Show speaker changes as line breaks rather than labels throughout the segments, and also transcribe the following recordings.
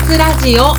活ラジオ。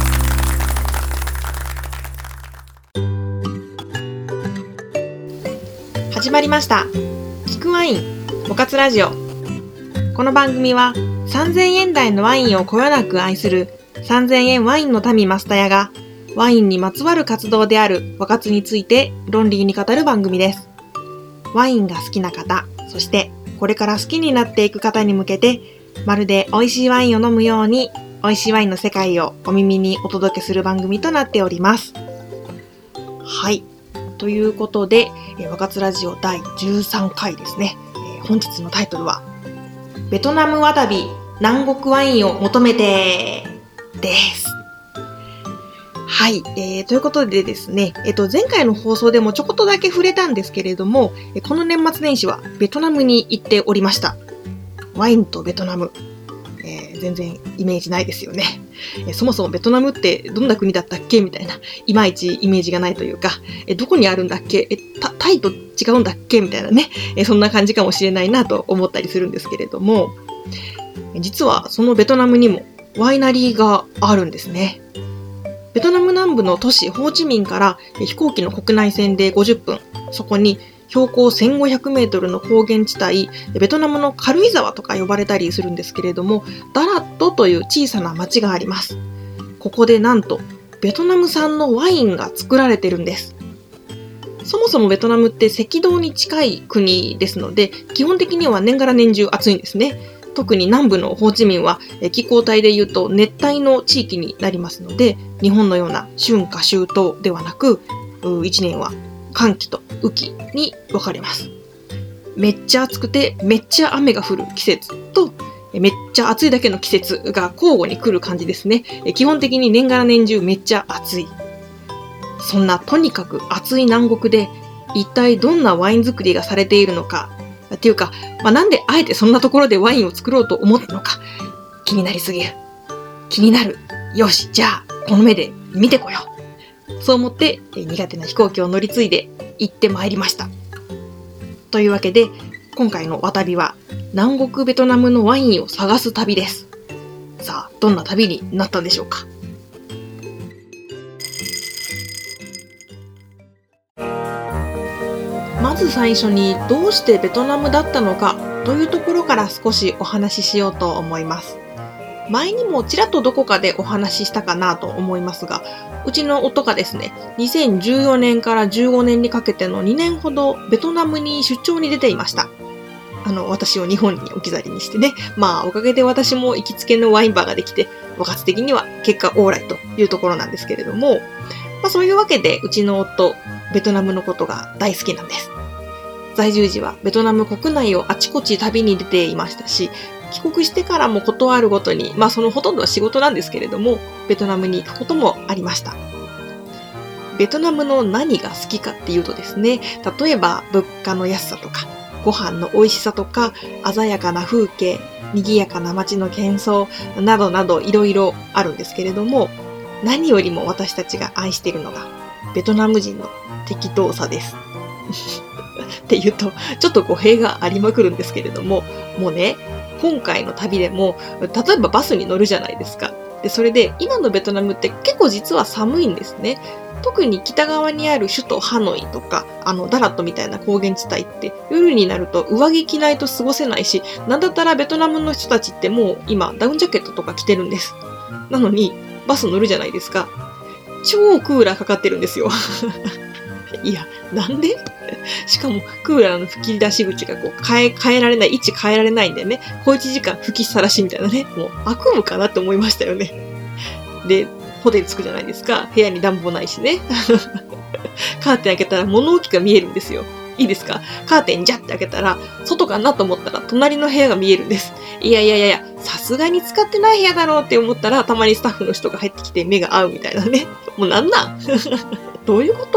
始まりました。聞くワインおかつラジオ。この番組は3000円台のワインをこよなく愛する3000円ワインの民マスタヤがワインにまつわる活動であるワカツについて論理に語る番組です。ワインが好きな方、そしてこれから好きになっていく方に向けて、まるで美味しいワインを飲むように美味しいワインの世界をお耳にお届けする番組となっております。はい。ということで、ワカツラジオ第13回ですね。本日のタイトルは、ベトナムわたび南国ワインを求めてです。はい、ということでですね、前回の放送でもちょこっとだけ触れたんですけれども、この年末年始はベトナムに行っておりました。ワインとベトナム、全然イメージないですよね。そもそもベトナムってどんな国だったっけみたいな、いまいちイメージがないというか、どこにあるんだっけ、タイと違うんだっけみたいなね、そんな感じかもしれないなと思ったりするんですけれども、実はそのベトナムにもワイナリーがあるんですね。ベトナム南部の都市ホーチミンから飛行機の国内線で50分、そこに標高1500メートルの高原地帯、ベトナムの軽井沢とか呼ばれたりするんですけれども、ダラットという小さな町があります。ここでなんとベトナム産のワインが作られてるんです。そもそもベトナムって赤道に近い国ですので、基本的には年がら年中暑いんですね。特に南部のホーチミンは気候帯でいうと熱帯の地域になりますので、日本のような春夏秋冬ではなく、1年は寒気と雨季に分かれます。めっちゃ暑くてめっちゃ雨が降る季節と、めっちゃ暑いだけの季節が交互に来る感じですね。基本的に年がら年中めっちゃ暑い。そんなとにかく暑い南国で一体どんなワイン作りがされているのかっていうか、なんであえてそんなところでワインを作ろうと思ったのか気になりすぎる。気になる。よし、じゃあこの目で見てこよう。そう思って苦手な飛行機を乗り継いで行ってまいりました。というわけで今回の旅は南国ベトナムのワインを探す旅です。さあ、どんな旅になったんでしょうか。まず最初にどうしてベトナムだったのかというところから少しお話ししようと思います。前にもちらっとどこかでお話ししたかなと思いますが、うちの夫がですね、2014年から15年にかけての2年ほどベトナムに出張に出ていました。私を日本に置き去りにしてね、おかげで私も行きつけのワインバーができて、ワカツ的には結果オーライというところなんですけれども、そういうわけでうちの夫、ベトナムのことが大好きなんです。在住時はベトナム国内をあちこち旅に出ていましたし、帰国してからもことあるごとに、そのほとんどは仕事なんですけれども、ベトナムに行くこともありました。ベトナムの何が好きかっていうとですね、例えば物価の安さとか、ご飯の美味しさとか、鮮やかな風景、賑やかな街の喧騒などなどいろいろあるんですけれども、何よりも私たちが愛しているのがベトナム人の適当さです。って言うとちょっと語弊がありまくるんですけれども、もうね、今回の旅でも例えばバスに乗るじゃないですか。で、それで今のベトナムって結構実は寒いんですね。特に北側にある首都ハノイとかダラットみたいな高原地帯って夜になると上着着ないと過ごせないし、なんだったらベトナムの人たちってもう今ダウンジャケットとか着てるんです。なのにバス乗るじゃないですか。超クーラーかかってるんですよ。いや、なんで？しかもクーラーの吹き出し口が変えられない、位置変えられないんでね、小1時間吹きさらしみたいなね、もう悪夢かなって思いましたよね。で、ホテル着くじゃないですか。部屋に暖房ないしね。カーテン開けたら物置が見えるんですよ。いいですか？カーテンジャって開けたら、外かなと思ったら隣の部屋が見えるんです。いや、さすがに使ってない部屋だろうって思ったら、たまにスタッフの人が入ってきて目が合うみたいなね。もうなんどういうこと？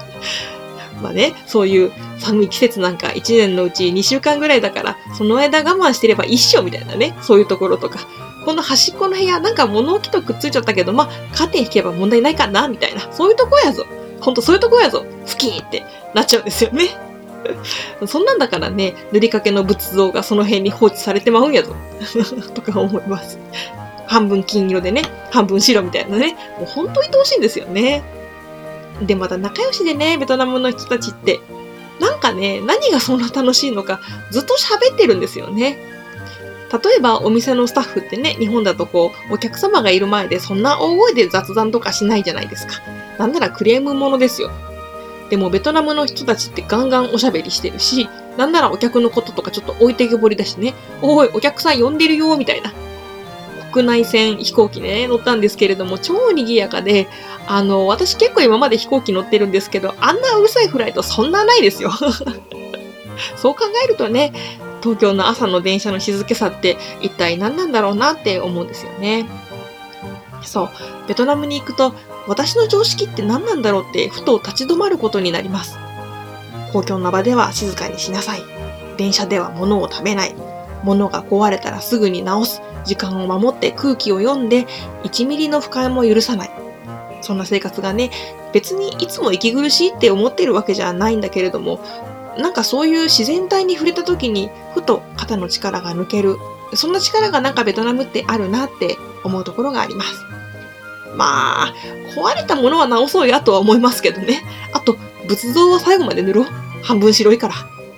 そういう寒い季節なんか1年のうち2週間ぐらいだから、その間我慢してれば一生みたいなね、そういうところとか、この端っこの部屋なんか物置とくっついちゃったけど、カーテン引けば問題ないかなみたいな、そういうとこやぞ。ほんとそういうとこやぞ。好きってなっちゃうんですよね。そんなんだからね、塗りかけの仏像がその辺に放置されてまうんやぞ。とか思います。 半分金色でね、半分白みたいなね、もうほんと愛おしいんですよね。で、また仲良しでね、ベトナムの人たちって、なんかね、何がそんな楽しいのか、ずっと喋ってるんですよね。例えばお店のスタッフってね、日本だとお客様がいる前でそんな大声で雑談とかしないじゃないですか。なんならクレームものですよ。でもベトナムの人たちってガンガンおしゃべりしてるし、なんならお客のこととかちょっと置いてけぼりだしね、おい、お客さん呼んでるよ、みたいな。国内線飛行機ね、乗ったんですけれども、超賑やかで、私結構今まで飛行機乗ってるんですけど、あんなうるさいフライトそんなないですよ。そう考えるとね、東京の朝の電車の静けさって一体何なんだろうなって思うんですよね。そう、ベトナムに行くと、私の常識って何なんだろうってふと立ち止まることになります。公共の場では静かにしなさい。電車では物を食べない。物が壊れたらすぐに直す。時間を守って空気を読んで1ミリの不快も許さない。そんな生活がね、別にいつも息苦しいって思ってるわけじゃないんだけれども、なんかそういう自然体に触れた時にふと肩の力が抜ける。そんな力がなんかベトナムってあるなって思うところがあります。まあ、壊れたものは直そうやとは思いますけどね。あと、仏像は最後まで塗ろう。半分白いから。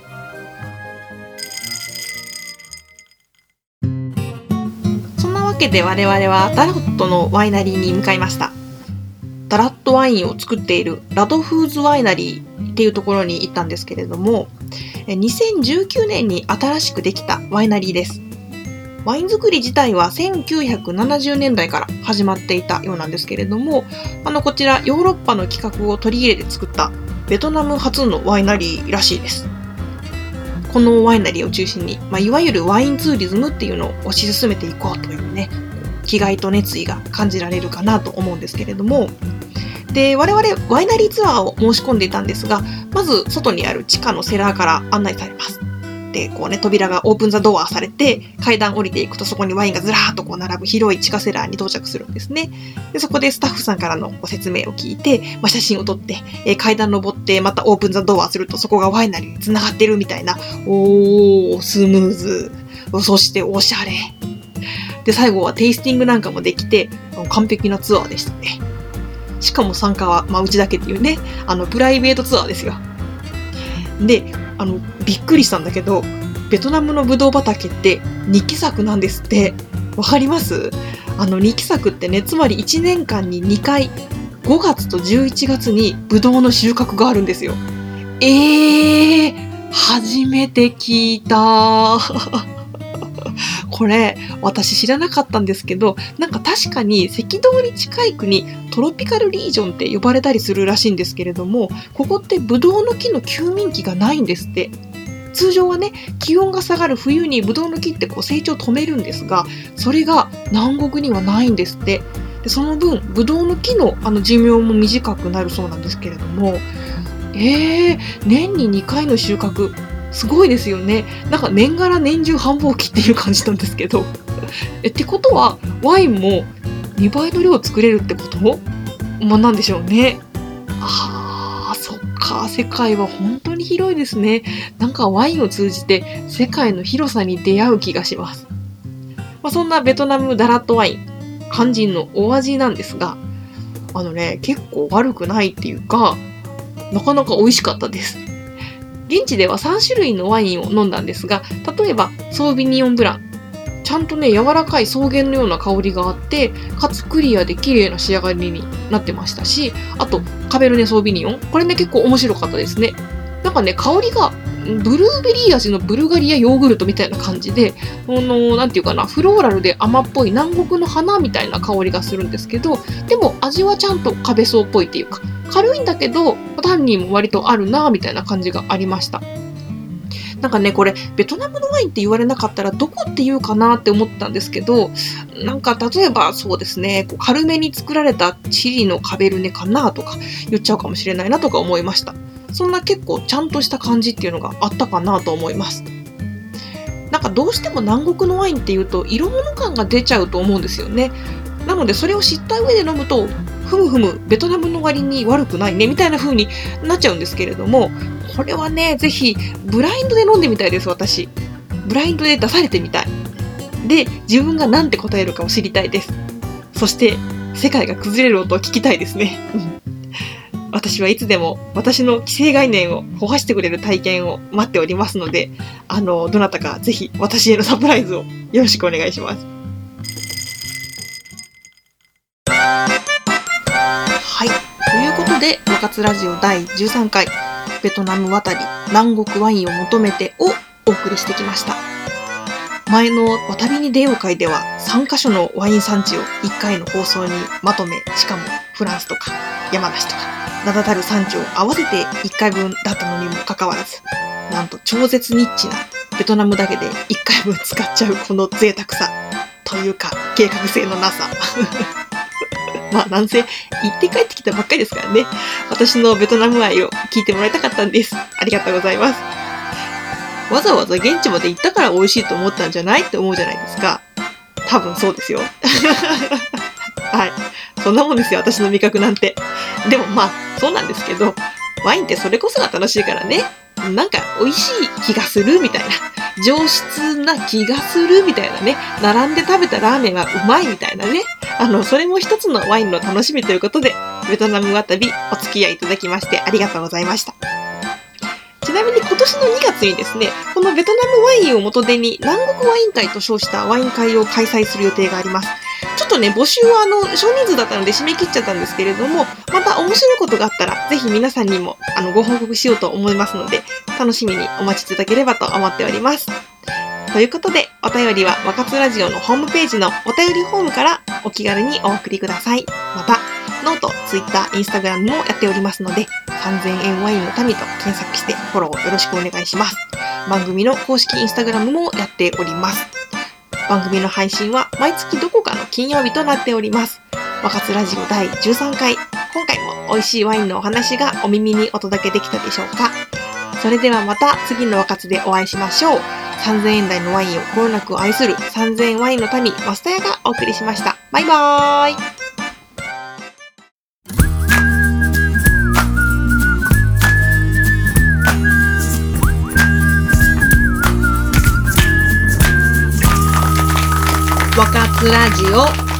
そんなわけで我々はダラットのワイナリーに向かいました。ダラットワインを作っているラドフーズワイナリーっていうところに行ったんですけれども、2019年に新しくできたワイナリーです。ワイン作り自体は1970年代から始まっていたようなんですけれども、こちらヨーロッパの企画を取り入れて作ったベトナム初のワイナリーらしいです。このワイナリーを中心に、いわゆるワインツーリズムっていうのを推し進めていこうというね、気概と熱意が感じられるかなと思うんですけれども、で、我々ワイナリーツアーを申し込んでいたんですが、まず外にある地下のセラーから案内されます。で、扉がオープンザドアされて、階段降りていくとそこにワインがずらーっと並ぶ広い地下セラーに到着するんですね。で、そこでスタッフさんからのご説明を聞いて、写真を撮って、階段登ってまたオープンザドアするとそこがワイナリーに繋がってるみたいな、スムーズ、そしておしゃれ。で、最後はテイスティングなんかもできて、完璧なツアーでしたね。しかも参加は、うちだけっていうね、プライベートツアーですよ。で、びっくりしたんだけど、ベトナムのブドウ畑って2期作なんですって。わかります？2期作ってね、つまり1年間に2回、5月と11月にブドウの収穫があるんですよ。初めて聞いた。これ、私知らなかったんですけど、なんか確かに赤道に近い国、トロピカルリージョンって呼ばれたりするらしいんですけれども、ここってブドウの木の休眠期がないんですって。通常はね、気温が下がる冬にブドウの木って成長を止めるんですが、それが南国にはないんですって。で、その分、ブドウの木の寿命も短くなるそうなんですけれども、年に2回の収穫、すごいですよね。なんか年がら年中繁忙期っていう感じなんですけど。ってことは、ワインも2倍の量作れるってこと？なんでしょうね。そっか。世界は本当に広いですね。なんかワインを通じて世界の広さに出会う気がします。そんなベトナムダラットワイン、肝心のお味なんですが、結構悪くないっていうか、なかなか美味しかったです。現地では3種類のワインを飲んだんですが、例えばソービニオンブラン、ちゃんとね、柔らかい草原のような香りがあって、かつクリアで綺麗な仕上がりになってましたし、あとカベルネソービニオン、これね結構面白かったですね。なんかね、香りがブルーベリー味のブルガリアヨーグルトみたいな感じで、なんていうかな、フローラルで甘っぽい南国の花みたいな香りがするんですけど、でも味はちゃんとカベソウっぽいっていうか、軽いんだけどタンニンも割とあるなみたいな感じがありました。なんかね、これベトナムのワインって言われなかったらどこって言うかなって思ったんですけど、なんか例えばそうですね、軽めに作られたチリのカベルネかなとか言っちゃうかもしれないなとか思いました。そんな結構ちゃんとした感じっていうのがあったかなと思います。なんかどうしても南国のワインっていうと色物感が出ちゃうと思うんですよね。なのでそれを知った上で飲むと、ふむベトナムの割に悪くないねみたいな風になっちゃうんですけれども、これはね、ぜひブラインドで飲んでみたいです。私ブラインドで出されてみたい。 で、自分が何て答えるかを知りたいです。そして、世界が崩れる音を聞きたいですね。私はいつでも私の既成概念を壊してくれる体験を待っておりますので、どなたかぜひ私へのサプライズをよろしくお願いします。はい。ということで、和活ラジオ第13回、ベトナム渡り南国ワインを求めてをお送りしてきました。前の渡りに出よう会では3カ所のワイン産地を1回の放送にまとめ、しかもフランスとか山梨とか名だたる産地を合わせて1回分だったのにもかかわらず、なんと超絶ニッチなベトナムだけで1回分使っちゃうこの贅沢さというか計画性のなさまあなんせ行って帰ってきたばっかりですからね。私のベトナム愛を聞いてもらいたかったんです。ありがとうございます。わざわざ現地まで行ったから美味しいと思ったんじゃないって思うじゃないですか。多分そうですよ。はい。そんなもんですよ、私の味覚なんて。でもまあ、そうなんですけど、ワインってそれこそが楽しいからね。なんか美味しい気がするみたいな。上質な気がするみたいなね。並んで食べたラーメンがうまいみたいなね。それも一つのワインの楽しみということで、ベトナム渡りお付き合いいただきましてありがとうございました。ちなみに今年の2月にですね、このベトナムワインを元手に南国ワイン会と称したワイン会を開催する予定があります。ちょっとね、募集は少人数だったので締め切っちゃったんですけれども、また面白いことがあったら、ぜひ皆さんにもご報告しようと思いますので、楽しみにお待ちいただければと思っております。ということで、お便りは和活ラジオのホームページのお便りフォームからお気軽にお送りください。また、ノート、ツイッター、インスタグラムもやっておりますので、3000円ワインの民と検索してフォローよろしくお願いします。番組の公式インスタグラムもやっております。番組の配信は毎月どこかの金曜日となっております。和活ラジオ第13回、今回も美味しいワインのお話がお耳にお届けできたでしょうか。それではまた次の和活でお会いしましょう。3000円台のワインをこよなく愛する3000円ワインの民、マスタヤがお送りしました。バイバーイ。和活ラジオ